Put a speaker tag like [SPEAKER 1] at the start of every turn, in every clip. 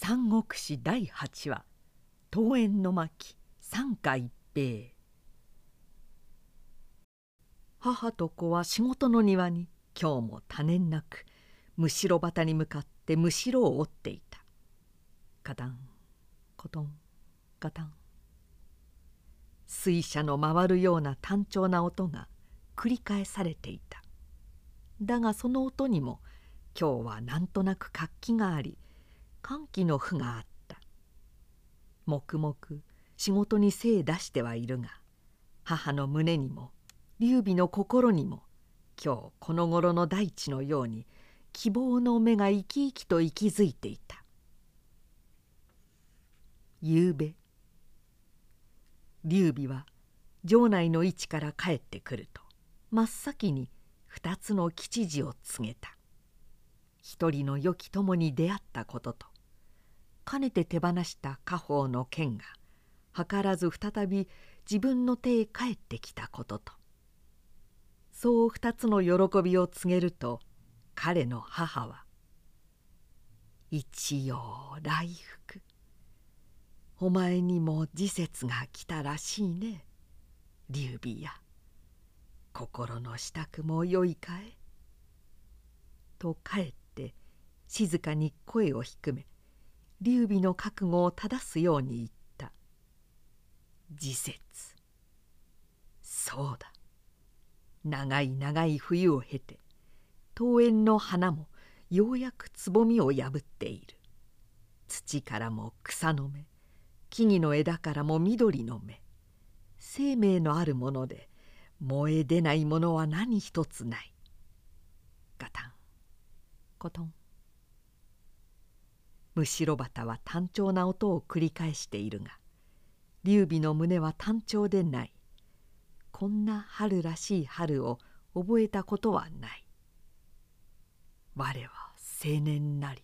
[SPEAKER 1] 三国志第8話桃園の巻三下一平。母と子は仕事の庭に今日も多念なくむしろ旗に向かってむしろを折っていた。カタンコトンガタン、水車の回るような単調な音が繰り返されていた。だがその音にも今日はなんとなく活気があり、歓喜の符があった。黙々仕事に精出してはいるが、母の胸にも劉備の心にも今日この頃の大地のように希望の目が生き生きと息づいていた。夕べ劉備は城内の位置から帰ってくると真っ先に2つの吉事を告げた。一人の良き友に出会ったことと、かねて手放した家宝の剣が図らず再び自分の手へ帰ってきたことと、そう2つの喜びを告げると、彼の母は「一陽来復、お前にも時節が来たらしいね、劉備や。心の支度もよいかえ」と帰って静かに声を低め、劉備の覚悟を正すように言った。時節、そうだ。長い長い冬を経て桃園の花もようやくつぼみを破っている。土からも草の芽、木々の枝からも緑の芽、生命のあるもので燃え出ないものは何一つない。ガタンコトン。むしろ旗は単調な音を繰り返しているが、劉備の胸は単調でない。こんな春らしい春を覚えたことはない。我は青年なり。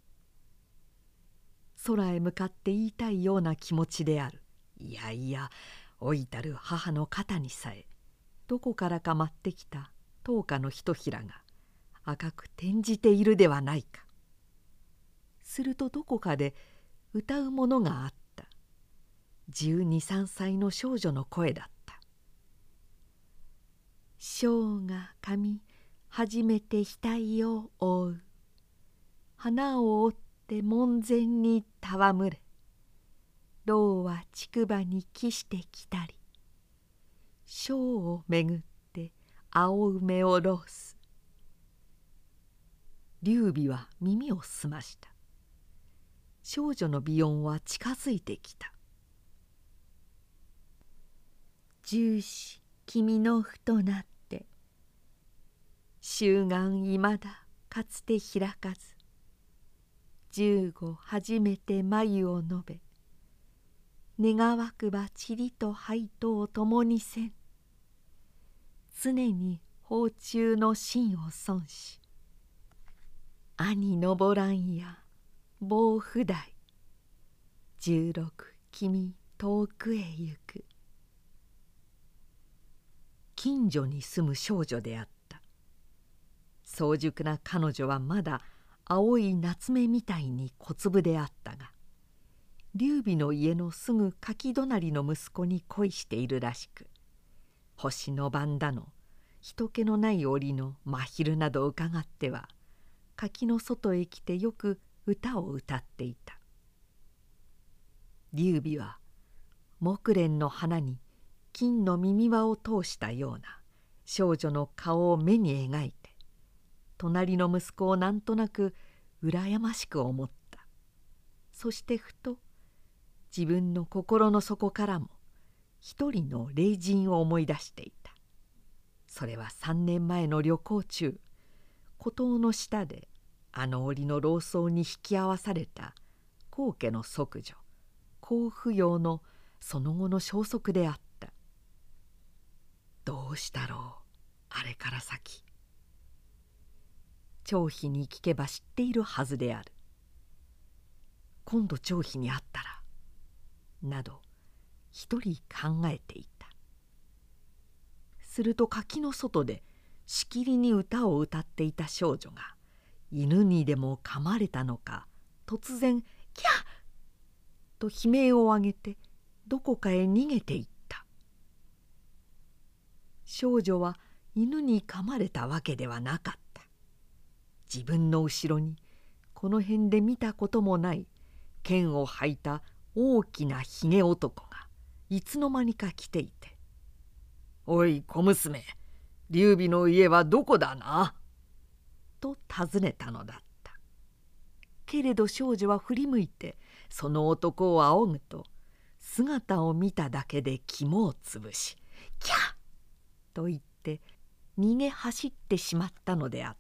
[SPEAKER 1] 空へ向かって言いたいような気持ちである。いやいや、老いたる母の肩にさえどこからか舞ってきた灯火のひとひらが赤く転じているではないか。するとどこかで歌うものがあった。12、13歳の少女の声だった。蝶が噛み初めて額を覆う。花を折って門前に戯れ。老は竹馬に帰してきたり。蝶をめぐって青梅をロース。劉備は耳を澄ました。少女の鼻音は近づいてきた。十四君のふとなって、秋眼いまだかつて開かず、15初めて眉を述べ、願わくば塵と灰とを共にせん。常に芳忠の心を損し、兄登らんや棒不代、16君遠くへ行く。近所に住む少女であった。早熟な彼女はまだ青い夏目みたいに小粒であったが、劉備の家のすぐ柿隣の息子に恋しているらしく、星の晩だの人気のない折の真昼など伺っては柿の外へ来てよく歌を歌っていた。劉備は木蓮の花に金の耳輪を通したような少女の顔を目に描いて、隣の息子をなんとなく羨ましく思った。そしてふと自分の心の底からも一人の麗人を思い出していた。それは3年前の旅行中、孤島の下であの折の老僧に引き合わされた皇家の息女皇芙蓉のその後の消息であった。どうしたろう、あれから先。張飛に聞けば知っているはずである。今度張飛に会ったらなど一人考えていた。すると柿の外でしきりに歌を歌っていた少女が犬にでも噛まれたのか突然キャッ!」と悲鳴を上げてどこかへ逃げていった。少女は犬に噛まれたわけではなかった。自分の後ろにこの辺で見たこともない剣を履いた大きなひげ男がいつの間にか来ていて「おい小娘、劉備の家はどこだな?」と尋ねたのだった。けれど少女は振り向いてその男を仰ぐと、姿を見ただけで肝をつぶし「キャッ!」と言って逃げ走ってしまったのであった。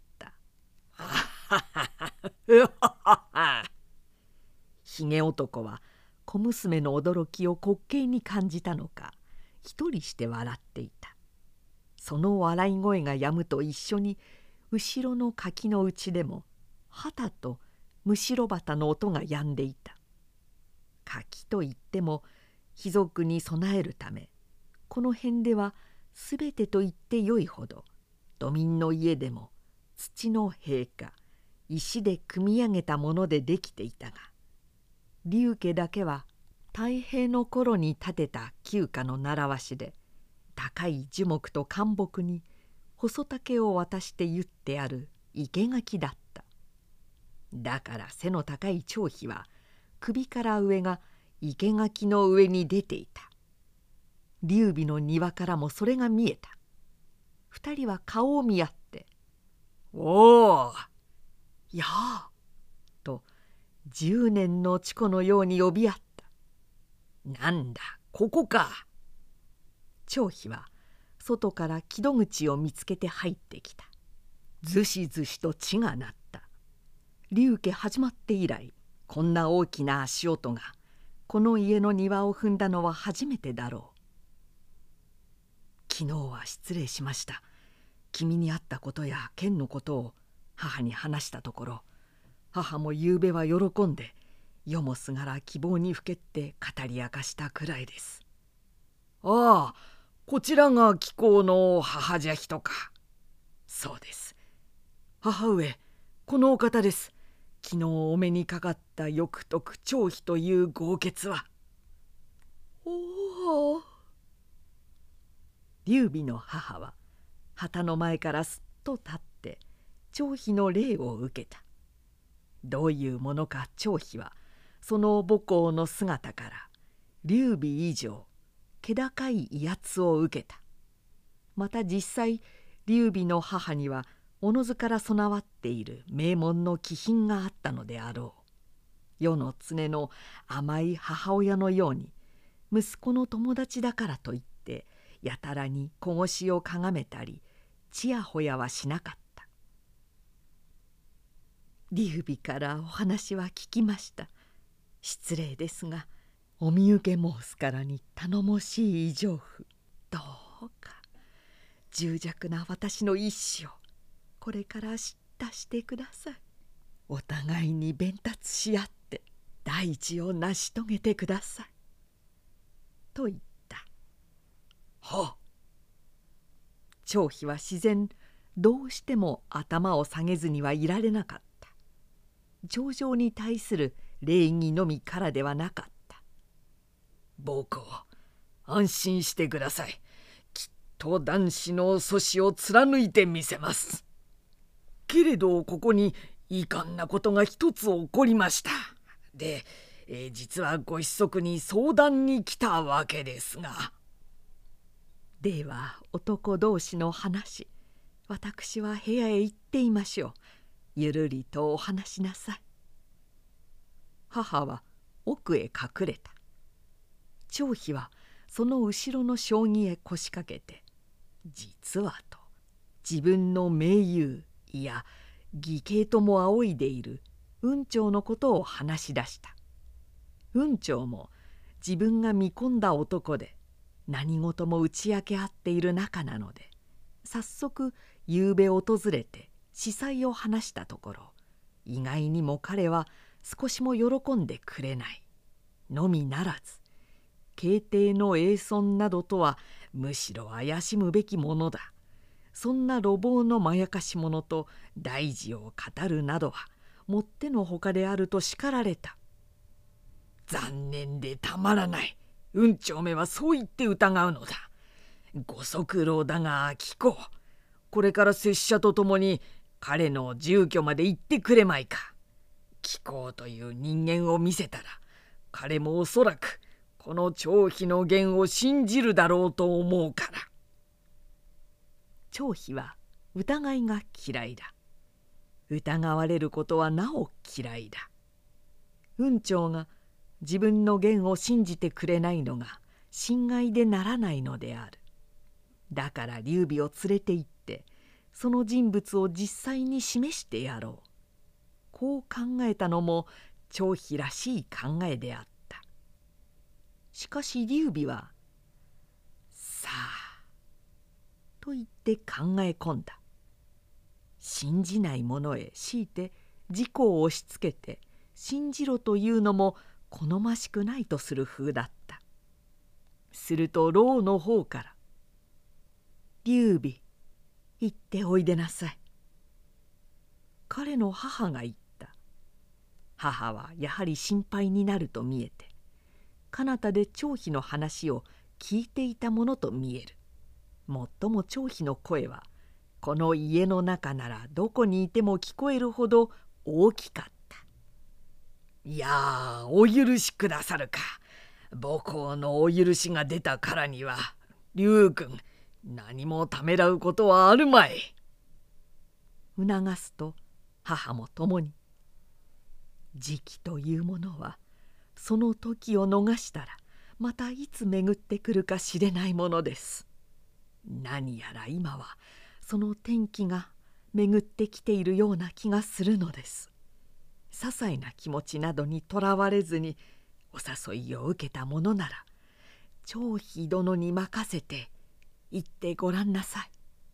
[SPEAKER 1] ひげ男は小娘の驚きを滑稽に感じたのか一人して笑っていた。その笑い声がやむと一緒に後ろの柿の内でも旗とむしろ旗の音がやんでいた。柿といっても貴族に備えるためこの辺ではすべてと言ってよいほど土民の家でも土の塀か石で組み上げたものでできていたが、劉家だけは太平の頃に建てた旧家の習わしで高い樹木と灌木に細竹を渡して結ってある生垣だった。だから背の高い張飛は首から上が生垣の上に出ていた。劉備の庭からもそれが見えた。二人は顔を見合って「おおやあ!」と10年の稚のように呼び合った。なんだここか。張飛は外から木戸口を見つけて入ってきた。ずしずしと血が鳴った。劉家始まって以来こんな大きな足音がこの家の庭を踏んだのは初めてだろう。昨日は失礼しました。君に会ったことや剣のことを母に話したところ、母もゆうべは喜んで夜もすがら希望にふけって語り明かしたくらいです。ああ、こちらが貴公の母じゃ人か。そうです。母上、このお方です。昨日お目にかかった翼徳張飛という豪傑は。おお。劉備の母は旗の前からすっと立って張飛の礼を受けた。どういうものか張飛はその母校の姿から劉備以上気高い威圧を受けた。また実際劉備の母にはおのずから備わっている名門の気品があったのであろう。世の常の甘い母親のように息子の友達だからといってやたらに小腰をかがめたりちやほやはしなかった。劉備からお話は聞きました。失礼ですがお身請け申すからに頼もしい異常婦、どうか重弱な私の意志をこれから叱咤してください。お互いに弁達し合って大事を成し遂げてください。と言った。はあ。張飛は自然どうしても頭を下げずにはいられなかった。上々に対する礼儀のみからではなかった。母公、安心してください。きっと男子の阻止を貫いてみせます。けれどここに遺憾なことが一つ起こりました。で、実はご子息に相談に来たわけですが。では男同士の話、私は部屋へ行っていましょう。ゆるりとお話しなさい。母は奥へ隠れた。張飛はその後ろの将棋へ腰掛けて、実はと自分の盟友いや義兄とも仰いでいる雲長のことを話し出した。雲長も自分が見込んだ男で何事も打ち明け合っている仲なので、早速夕べ訪れて子細を話したところ、意外にも彼は少しも喜んでくれないのみならず、慶帝の栄尊などとはむしろ怪しむべきものだ。そんな路傍のまやかし者と大事を語るなどはもってのほかであると叱られた。
[SPEAKER 2] 残念でたまらない。雲長めはそう言って疑うのだ。ご足労だが聞こう。これから拙者と共に彼の住居まで行ってくれまいか。貴公という人間を見せたら彼もおそらくこの張飛の言を信じるだろうと思うから。
[SPEAKER 1] 張飛は疑いが嫌いだ。疑われることはなお嫌いだ。雲長が自分の言を信じてくれないのが心外でならないのである。だから劉備を連れて行ってその人物を実際に示してやろう。こう考えたのも張飛らしい考えであった。しかし劉備は「さあ」と言って考え込んだ。信じない者へ強いて自己を押しつけて信じろというのも好ましくないとする風だった。すると牢の方から「劉備行っておいでなさい」。彼の母が言った。母はやはり心配になると見えて彼方で張飛の話を聞いていたものと見える。もっとも張飛の声はこの家の中ならどこにいても聞こえるほど大きかった。
[SPEAKER 2] いやお許しくださるか。母校のお許しが出たからには劉君何もためらうことはあるまい。
[SPEAKER 1] 促すと母も共に「時期というものはその時を逃したらまたいつ巡ってくるかしれないものです。何やら今はその天気が巡ってきているような気がするのです。些細な気持ちなどにとらわれずにお誘いを受けたものなら張飛殿に任せて行ってごらんなさい。」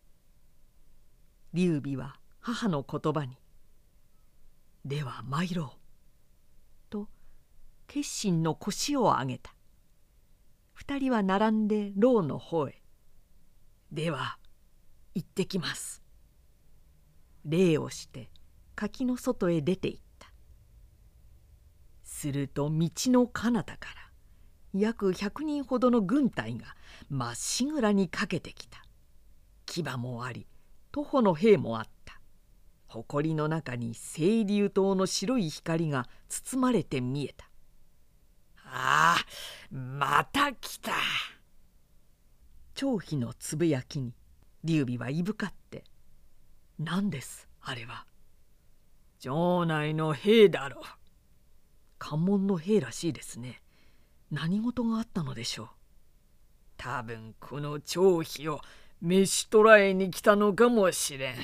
[SPEAKER 1] 劉備は母の言葉に「では参ろう」と決心の腰を上げた。二人は並んで牢の方へ「では行ってきます」。礼をして垣の外へ出て行った。すると道の彼方から約100人ほどの軍隊がまっしぐらにかけてきた。牙もあり徒歩の兵もあった。埃の中に青龍灯の白い光が包まれて見えた。
[SPEAKER 2] ああ、また来た。
[SPEAKER 1] 張飛のつぶやきに劉備はいぶかって「何ですあれは」。
[SPEAKER 2] 城内の兵だろう。
[SPEAKER 1] 関門の兵らしいですね。何事があったのでしょう。
[SPEAKER 2] 多分この張飛を召し捕らえに来たのかもしれん。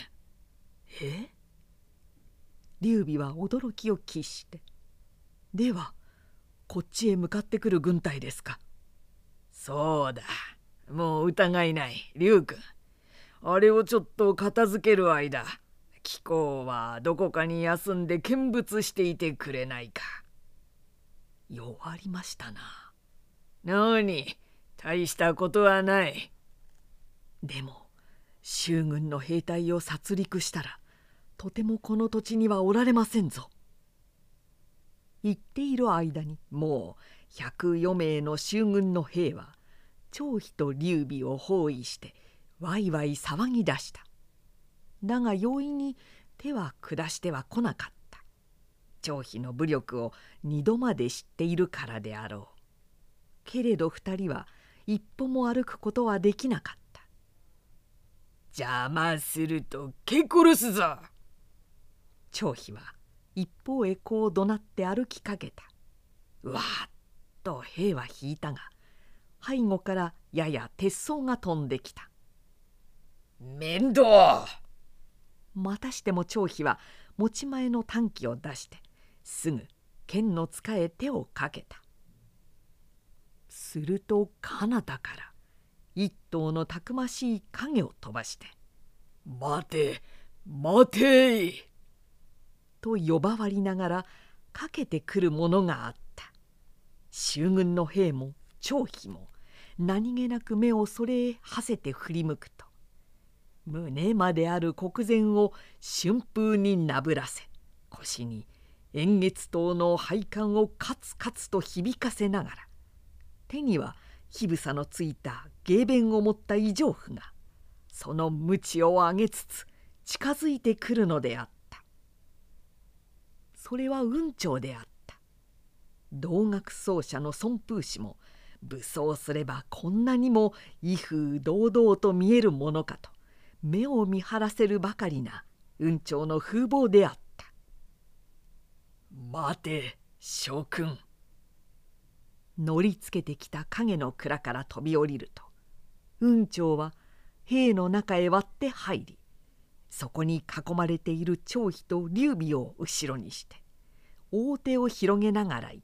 [SPEAKER 1] 劉備は驚きを喫して「ではこっちへ向かってくる軍隊ですか。」
[SPEAKER 2] そうだ、もう疑いない劉君。あれをちょっと片付ける間貴公はどこかに休んで見物していてくれないか。
[SPEAKER 1] 弱りましたな。
[SPEAKER 2] 何、大したことはない。
[SPEAKER 1] でも周軍の兵隊を殺戮したらとてもこの土地にはおられませんぞ。言っている間にもう104名の周軍の兵は張飛と劉備を包囲してわいわい騒ぎ出した。だが容易に手は下しては来なかった。張飛の武力を2度まで知っているからであろう。けれど2人は一歩も歩くことはできなかった。
[SPEAKER 2] 邪魔すると蹴殺すぞ。
[SPEAKER 1] 張飛は一方へこう怒鳴って歩きかけた。わーっと兵は引いたが背後からやや鉄槍が飛んできた。
[SPEAKER 2] 面倒。
[SPEAKER 1] またしても張飛は持ち前の短気を出してすぐ剣の柄へ手をかけた。すると彼方から一頭のたくましい影を飛ばして
[SPEAKER 2] 「待て待て」
[SPEAKER 1] と呼ばわりながらかけてくるものがあった。周軍の兵も張飛も何気なく目をそれへはせて振り向くと胸まである黒然を春風になぶらせ腰に
[SPEAKER 2] 円月島の配管をカツカツと響かせながら、手には火房のついた芸弁を持った異丈夫がその鞭を上げつつ近づいてくるのであった。それは雲長であった。道楽奏者の孫風氏も武装すればこんなにも威風堂々と見えるものかと目を見張らせるばかりな雲長の風貌であった。待て諸君。乗りつけてきた影の蔵から飛び降りると、雲長は兵の中へ割って入り、そこに囲まれている張飛と劉備を後ろにして大手を広げながら言った。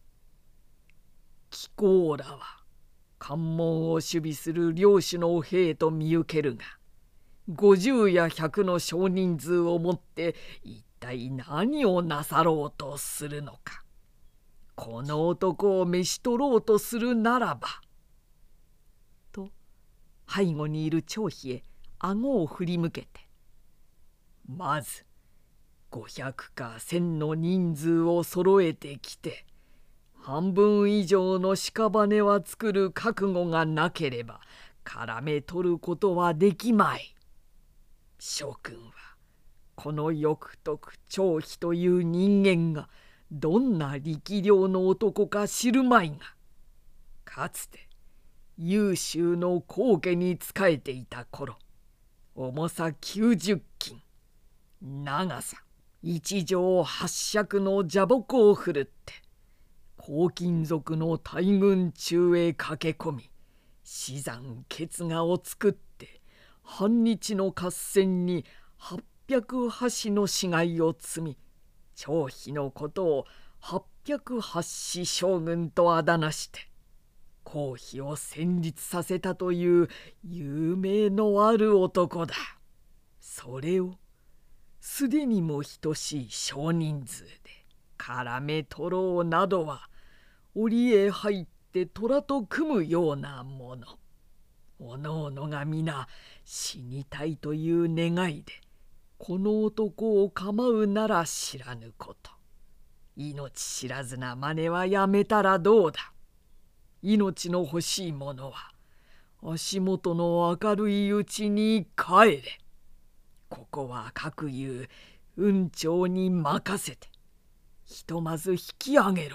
[SPEAKER 2] 貴公らは関門を守備する領主の兵と見受けるが、50や100の少人数をもって一体何をなさろうとするのか。この男を召し取ろうとするならば。と背後にいる張飛へ顎を振り向けて、まず500か1000の人数を揃えてきて、半分以上の屍は作る覚悟がなければ絡め取ることはできまい。諸君はこの欲徳張飛という人間がどんな力量の男か知るまいが、かつて優秀の高家に仕えていた頃、重さ90斤、長さ1丈8尺の蛇木を振るって黄金族の大軍中へ駆け込み、死山決河を作って半日の合戦に800橋の死骸を積み、張飛のことを808子将軍とあだ名して公妃を戦慄させたという有名のある男だ。それをすでにも等しい少人数で絡め取ろうなどは、檻へ入って虎と組むようなもの。おのおのが皆死にたいという願いでこの男を構うなら知らぬこと。命知らずな真似はやめたらどうだ。命の欲しいものは足元の明るいうちに帰れ。ここは各言う雲長に任せてひとまず引き上げろ。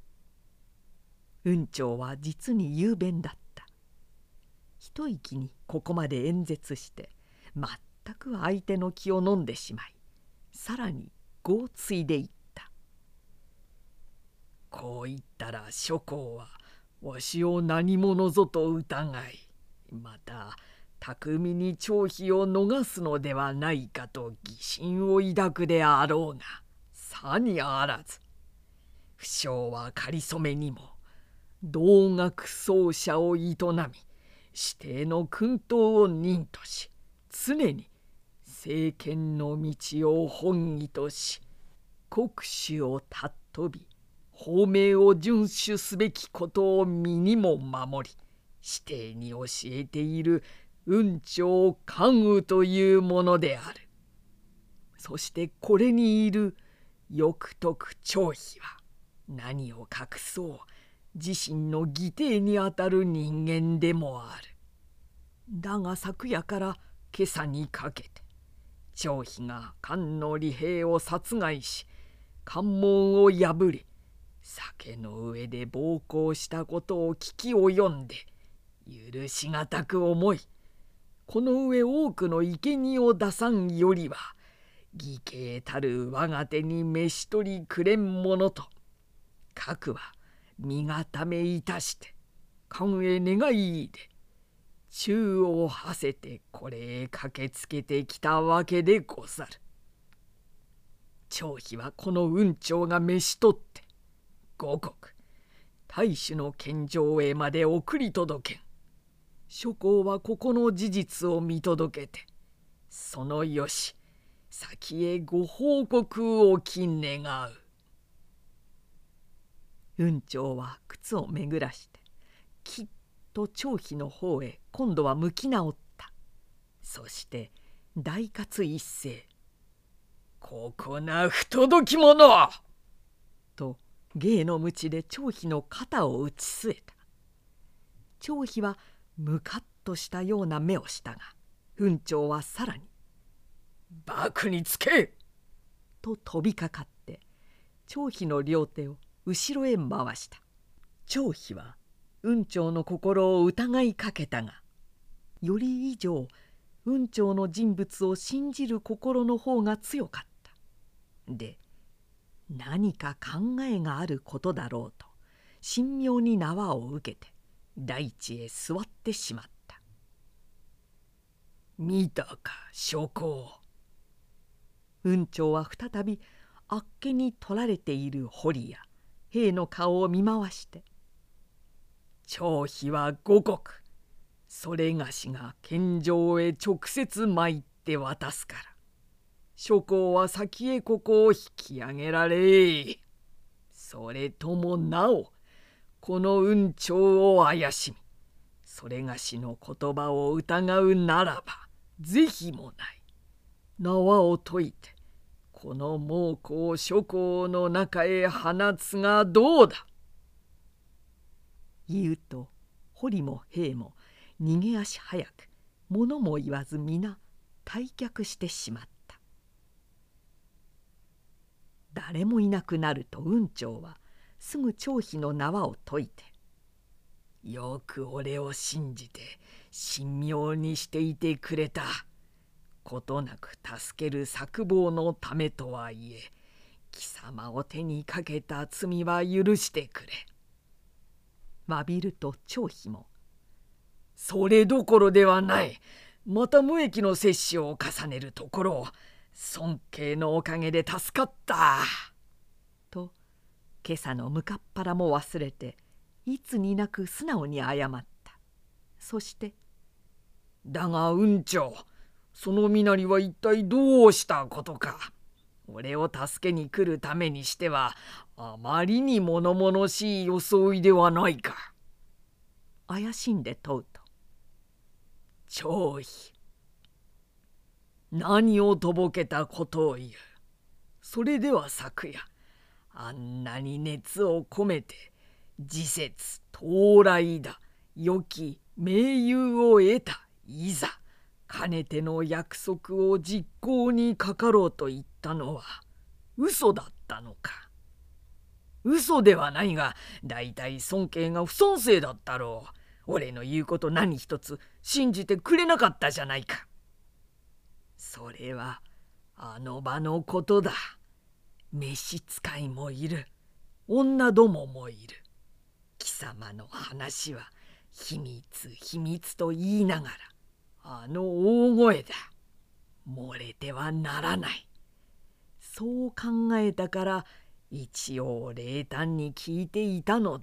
[SPEAKER 1] 雲長は実に雄弁だった。一息にここまで演説して全く相手の気を飲んでしまい、さらに業を継いでいった。
[SPEAKER 2] こう言ったら諸公はわしを何者ぞと疑い、また巧みに張飛を逃すのではないかと疑心を抱くであろうが、さにあらず。不肖は仮初めにも道楽奏者を営み、指定の薫陶を任とし、常に政権の道を本義とし、国主を尊び法命を遵守すべきことを身にも守り、指定に教えている雲長関羽というものである。そしてこれにいる欲徳張飛は何を隠そう自身の義弟にあたる人間でもある。だが昨夜から今朝にかけて張飛が漢の利兵を殺害し、関門を破り酒の上で暴行したことを聞き及んで許しがたく思い、この上多くの生贄を出さんよりは義兄たる我が手に召し取りくれんものと、核は身固めいたして官へ願いで宙を馳せてこれへ駆けつけてきたわけでござる。張飛はこの雲長が召し取って五国大主の献上へまで送り届けん。諸公はここの事実を見届けて、そのよし先へご報告をき願う。
[SPEAKER 1] 雲長は靴を巡らしてきっと張飛の方へ今度は向き直った。そして大喝一声、
[SPEAKER 2] ここな不届き者!」
[SPEAKER 1] と芸の鞭で張飛の肩を打ち据えた。張飛はムカッとしたような目をしたが、雲長はさらに
[SPEAKER 2] 「バクにつけ!」
[SPEAKER 1] と飛びかかって張飛の両手を後ろへ回した。張飛は雲長の心を疑いかけたが、より以上雲長の人物を信じる心の方が強かった。で、何か考えがあることだろうと神妙に縄を受けて大地へ座ってしまった。
[SPEAKER 2] 見たか諸公。
[SPEAKER 1] 雲長は再びあっけに取られている堀や兵の顔を見回して
[SPEAKER 2] 「張飛は五国、それがしが献上へ直接参って渡すから、諸公は先へここを引き上げられ。それともなおこの雲長を怪しみ、それがしの言葉を疑うならば是非もない縄を解いてこの猛虎を諸公の中へ放つがどうだ。」
[SPEAKER 1] 言うと堀も兵も逃げ足早く物も言わず皆退却してしまった。誰もいなくなると雲長はすぐ張飛の縄を解いて
[SPEAKER 2] 「よく俺を信じて神妙にしていてくれた。ことなく助ける策謀のためとはいえ、貴様を手にかけた罪は許してくれ。」
[SPEAKER 1] 詫びると張飛も
[SPEAKER 2] 「それどころではない。また無益の摂取を重ねるところを尊敬のおかげで助かった」
[SPEAKER 1] と今朝のむかっぱらも忘れていつになく素直に謝った。そして
[SPEAKER 2] 「だが雲長、その身なりは一体どうしたことか。俺を助けに来るためにしてはあまりに物々しい装いではないか。」
[SPEAKER 1] 怪しんで問うと
[SPEAKER 2] 「張飛、何をとぼけたことを言う。それでは昨夜あんなに熱を込めて時節到来だ良き盟友を得たいざかねての約束を実行にかかろうと言ったのは嘘だったのか。嘘ではないが大体尊敬が不尊敬だったろう。俺の言うこと何一つ信じてくれなかったじゃないか。それはあの場のことだ。召使いもいる。女どももいる。貴様の話は秘密秘密と言いながらあの大声だ。漏れてはならない。そう考えたから一応冷淡に聞いていたのだ。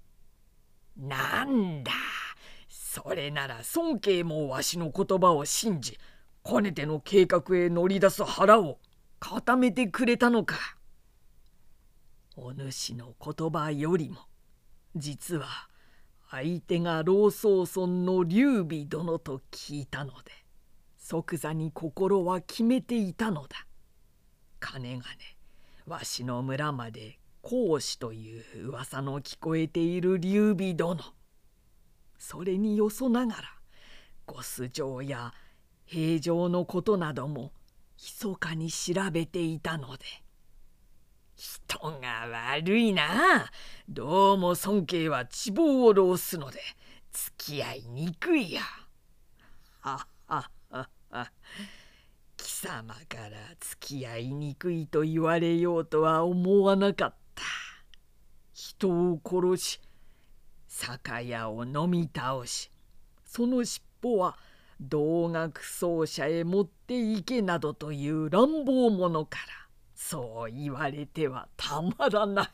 [SPEAKER 2] なんだ、それなら尊敬もわしの言葉を信じかねての計画へ乗り出す腹を固めてくれたのか。お主の言葉よりも実は相手が老宗村の劉備殿と聞いたので即座に心は決めていたのだ。かねがねわしの村まで孔子という噂の聞こえている劉備殿、それによそながらご素性や平常のことなども密かに調べていたので、人が悪いな。どうも尊敬は知望を浪すので付き合いにくいや。はははは。貴様から付き合いにくいと言われようとは思わなかった。人を殺し酒屋を飲み倒しその尻尾は同学奏者へ持って行けなどという乱暴者からそう言われてはたまらない。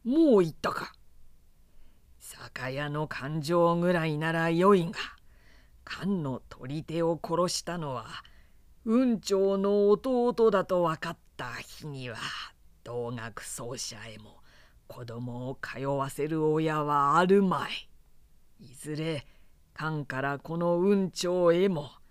[SPEAKER 2] もう言ったか。酒屋の勘定ぐらいならよいが、菅の取り手を殺したのは雲長の弟だと分かった日には同学奏者へも子供を通わせる親はあるまい。いずれ菅からこの雲長へも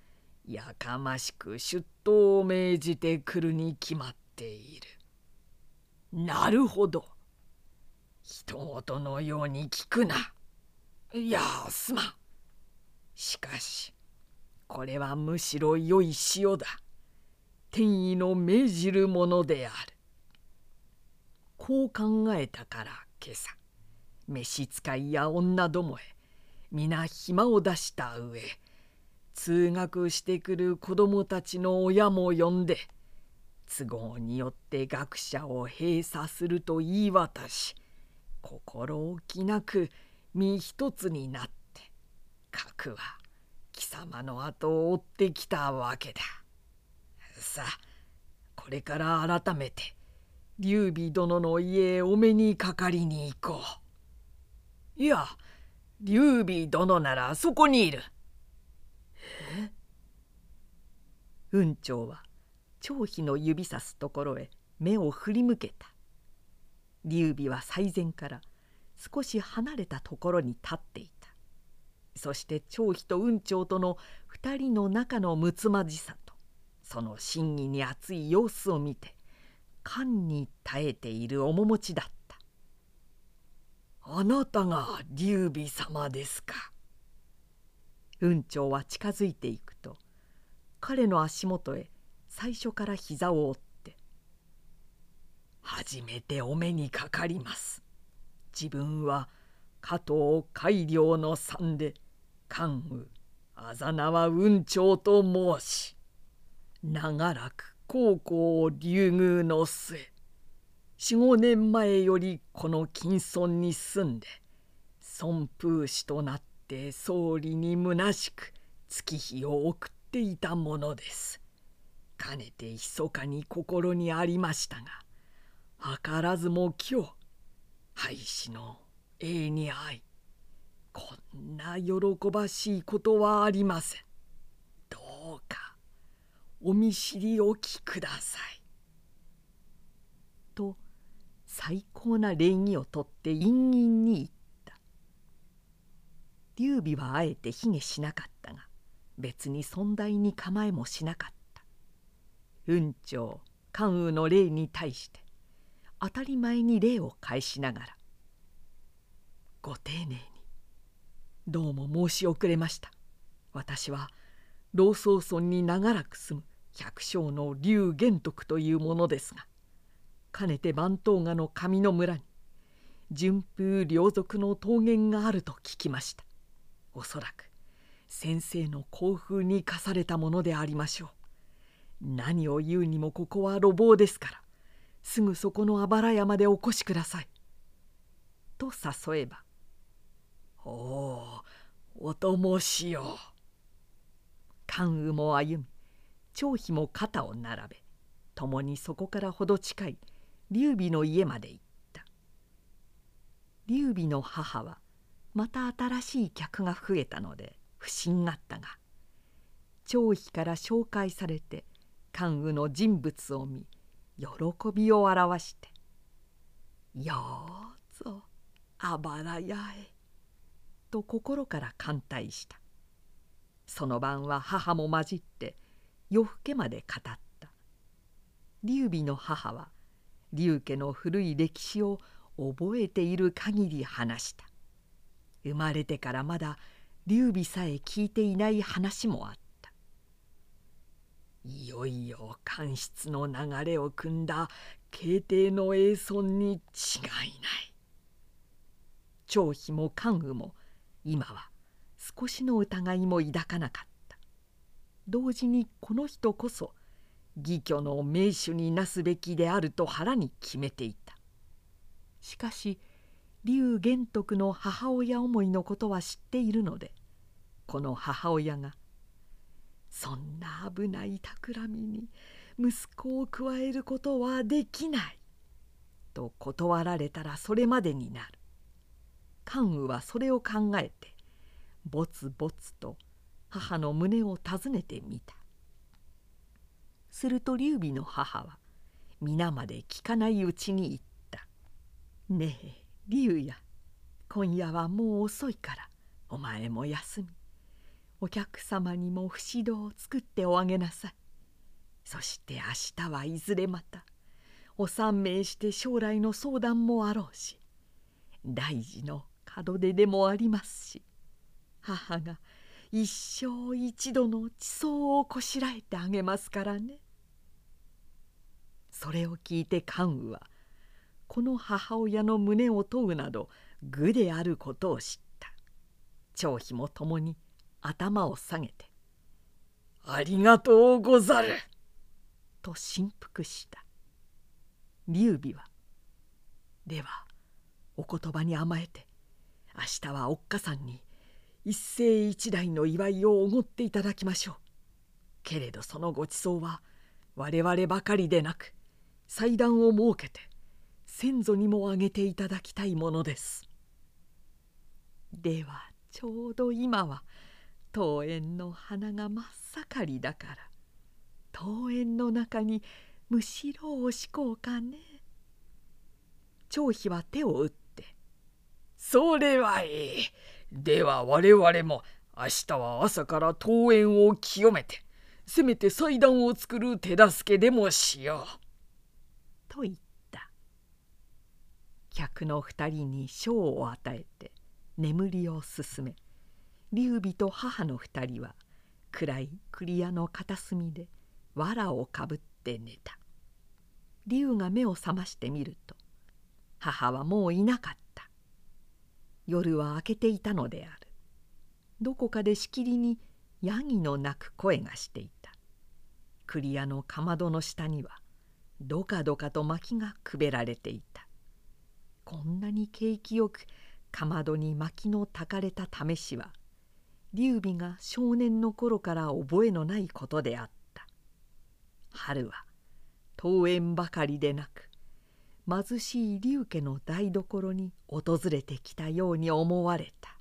[SPEAKER 2] やかましく出頭を命じてくるに決まっている。なるほど。人事のように聞くな。いやすまん。しかしこれはむしろ良い潮だ。天意の命じるものである。こう考えたから今朝召使いや女どもへ皆暇を出した上、通学してくる子供たちの親も呼んで都合によって学者を閉鎖すると言い渡し、心置きなく身一つになって核は貴様の後を追ってきたわけだ。さあこれから改めて劉備殿の家へお目にかかりに行こう。いや劉備殿ならそこにいる。
[SPEAKER 1] 雲長は張飛の指さすところへ目を振り向けた。劉備は最前から少し離れたところに立っていた。そして張飛と雲長との2人の仲のむつまじさとその真偽に熱い様子を見て堪に耐えている面持ちだった。
[SPEAKER 2] あなたが劉備様ですか。
[SPEAKER 1] 雲長は近づいていくと彼の足元へ最初から膝を折って
[SPEAKER 2] 「初めてお目にかかります。自分は加藤海陵の三で関羽あざ名は雲長と申し、長らく孝行を流宮の末4、5年前よりこの金村に住んで孫風氏となって総理に虚しく月日を送っていたものです。かねて密かに心にありましたが、図らずも今日廃止の永に会い、こんな喜ばしいことはありません。どうかお見知りおきください。
[SPEAKER 1] と最高な礼儀をとって陰々に言った。劉備はあえて卑下しなかったが別に尊大に構えもしなかった。雲長関羽の礼に対して当たり前に礼を返しながら「ご丁寧にどうも申し遅れました。私は老宗村に長らく住む百姓の劉玄徳というものですが、かねて番頭賀の上の村に順風良俗の桃源があると聞きました。おそらく先生の興風に課されたものでありましょう。何を言うにもここは路傍ですからすぐそこのあばら山でお越しください」と誘えば
[SPEAKER 2] 「おお、お供しよう。」
[SPEAKER 1] 関羽も歩み張飛も肩を並べ共にそこからほど近い劉備の家まで行った。劉備の母はまた新しい客が増えたので不審があったが、張飛から紹介されて関羽の人物を見喜びを表して「ようぞあばら屋へ」と心から歓待した。その晩は母も混じって夜更けまで語った。劉備の母は劉家の古い歴史を覚えている限り話した。生まれてからまだ劉備さえ聞いていない話もあった。
[SPEAKER 2] いよいよ官室の流れを組んだ慶帝の栄尊に違いない。
[SPEAKER 1] 張飛も関羽も今は少しの疑いも抱かなかった。同時にこの人こそ義挙の名手になすべきであると腹に決めていた。しかし劉玄徳の母親思いのことは知っているので、この母親が「そんな危ない企みに息子を加えることはできない」と断られたらそれまでになる。関羽はそれを考えてぼつぼつと母の胸を訪ねてみた。すると劉備の母は皆まで聞かないうちに言った「ねえ劉也、今夜はもう遅いからお前も休み。 お客様にも不指導を作っておあげなさい。そして明日はいずれまたお三名して将来の相談もあろうし、大事の門出でもありますし、母が一生一度の地層をこしらえてあげますからね。それを聞いて関羽はこの母親の胸を問うなど愚であることを知った。張飛も共に頭を下げて
[SPEAKER 2] 「ありがとうござる」
[SPEAKER 1] と振幅した。劉備は「ではお言葉に甘えて明日はおっかさんに一世一代の祝いをおごっていただきましょう。けれどそのごちそうは我々ばかりでなく祭壇を設けて先祖にもあげていただきたいものです。ではちょうど今は桃園の花が真っ盛りだから桃園の中にむしろを敷こうかね。張飛は手を打って
[SPEAKER 2] 「それはいい。では我々も明日は朝から桃園を清めてせめて祭壇を作る手助けでもしよう」
[SPEAKER 1] と言った。客の2人に賞を与えて眠りを進め、劉備と母の2人は暗い栗屋の片隅で藁をかぶって寝た。劉が目を覚ましてみると母はもういなかった。夜は明けていたのである。どこかでしきりにヤギの鳴く声がしていた。栗屋のかまどの下にはどかどかと薪がくべられていた。こんなに景気よくかまどに薪のたかれた試しは劉備が少年の頃から覚えのないことであった。春は桃園ばかりでなく貧しい劉家の台所に訪れてきたように思われた。